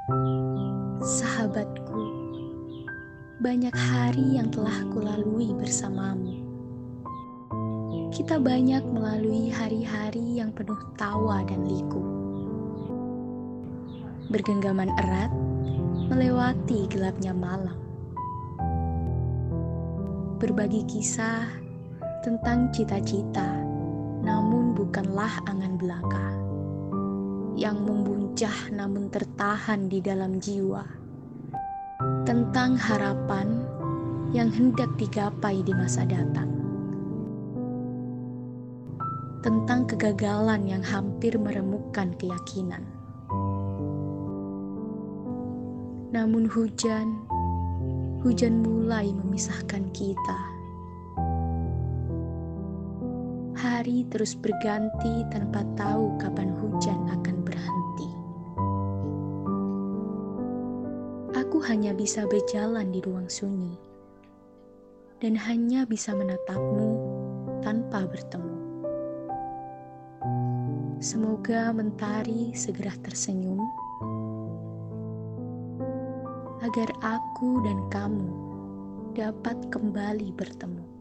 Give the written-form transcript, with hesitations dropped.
Sahabatku, banyak hari yang telah kulalui bersamamu. Kita banyak melalui hari-hari yang penuh tawa dan liku. Bergenggaman erat, melewati gelapnya malam. Berbagi kisah tentang cita-cita, namun bukanlah angan belaka. Yang membuncah namun tertahan di dalam jiwa. Tentang harapan yang hendak digapai di masa datang. Tentang kegagalan yang hampir meremukkan keyakinan. Namun hujan mulai memisahkan kita. Hari terus berganti tanpa tahu kapan hujan akan berhenti. Aku hanya bisa berjalan di ruang sunyi dan hanya bisa menatapmu tanpa bertemu. Semoga mentari segera tersenyum agar aku dan kamu dapat kembali bertemu.